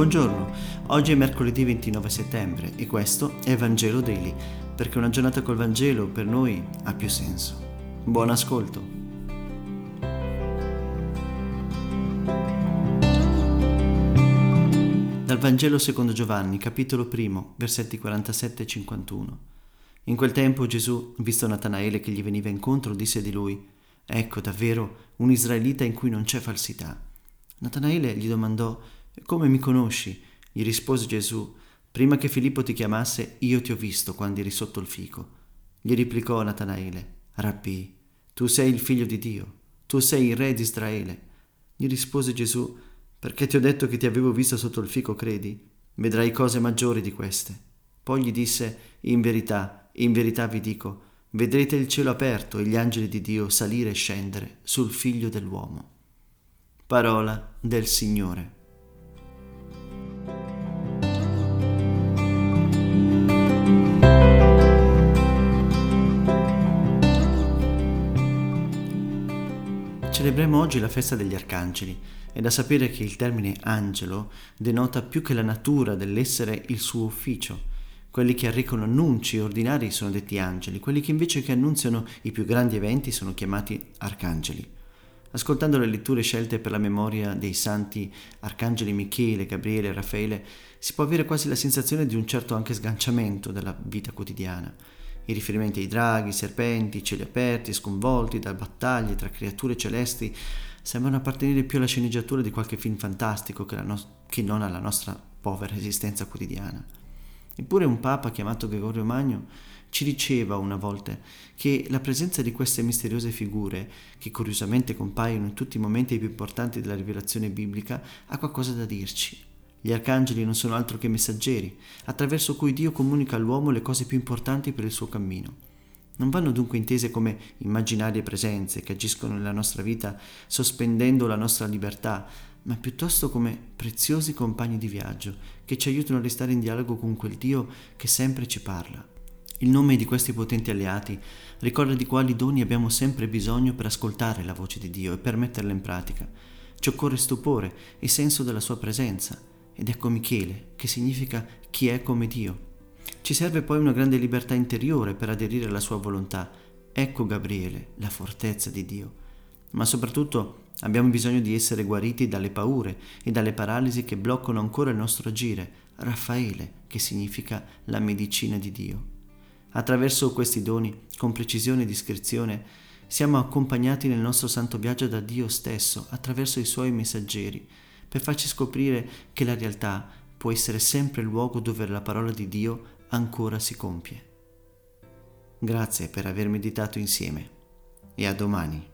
Buongiorno, oggi è mercoledì 29 settembre e questo è Vangelo Daily, perché una giornata col Vangelo per noi ha più senso. Buon ascolto! Dal Vangelo secondo Giovanni, capitolo 1, versetti 47 e 51. In quel tempo Gesù, visto Natanaele che gli veniva incontro, disse di lui: «Ecco davvero un israelita in cui non c'è falsità». Natanaele gli domandò: «Come mi conosci?» Gli rispose Gesù: «Prima che Filippo ti chiamasse, io ti ho visto quando eri sotto il fico». Gli replicò Natanaele: «Rabbì, tu sei il figlio di Dio, tu sei il re di Israele». Gli rispose Gesù: «Perché ti ho detto che ti avevo visto sotto il fico, credi? Vedrai cose maggiori di queste». Poi gli disse: in verità vi dico, vedrete il cielo aperto e gli angeli di Dio salire e scendere sul figlio dell'uomo». Parola del Signore. Celebriamo oggi la festa degli arcangeli. È da sapere che il termine angelo denota più che la natura dell'essere il suo ufficio. Quelli che arrecano annunci ordinari sono detti angeli, quelli che invece che annunziano i più grandi eventi sono chiamati arcangeli. Ascoltando le letture scelte per la memoria dei santi arcangeli Michele, Gabriele e Raffaele, si può avere quasi la sensazione di un certo anche sganciamento dalla vita quotidiana. I riferimenti ai draghi, ai serpenti, i cieli aperti, sconvolti da battaglie tra creature celesti sembrano appartenere più alla sceneggiatura di qualche film fantastico che non alla nostra povera esistenza quotidiana. Eppure un papa chiamato Gregorio Magno ci diceva una volta che la presenza di queste misteriose figure, che curiosamente compaiono in tutti i momenti più importanti della rivelazione biblica, ha qualcosa da dirci. Gli arcangeli non sono altro che messaggeri, attraverso cui Dio comunica all'uomo le cose più importanti per il suo cammino. Non vanno dunque intese come immaginarie presenze che agiscono nella nostra vita sospendendo la nostra libertà, ma piuttosto come preziosi compagni di viaggio che ci aiutano a restare in dialogo con quel Dio che sempre ci parla. Il nome di questi potenti alleati ricorda di quali doni abbiamo sempre bisogno per ascoltare la voce di Dio e per metterla in pratica. Ci occorre stupore e senso della sua presenza, ed ecco Michele, che significa chi è come Dio. Ci serve poi una grande libertà interiore per aderire alla sua volontà. Ecco Gabriele, la fortezza di Dio. Ma soprattutto abbiamo bisogno di essere guariti dalle paure e dalle paralisi che bloccano ancora il nostro agire. Raffaele, che significa la medicina di Dio. Attraverso questi doni, con precisione e discrezione, siamo accompagnati nel nostro santo viaggio da Dio stesso, attraverso i suoi messaggeri, per farci scoprire che la realtà può essere sempre il luogo dove la parola di Dio ancora si compie. Grazie per aver meditato insieme e a domani.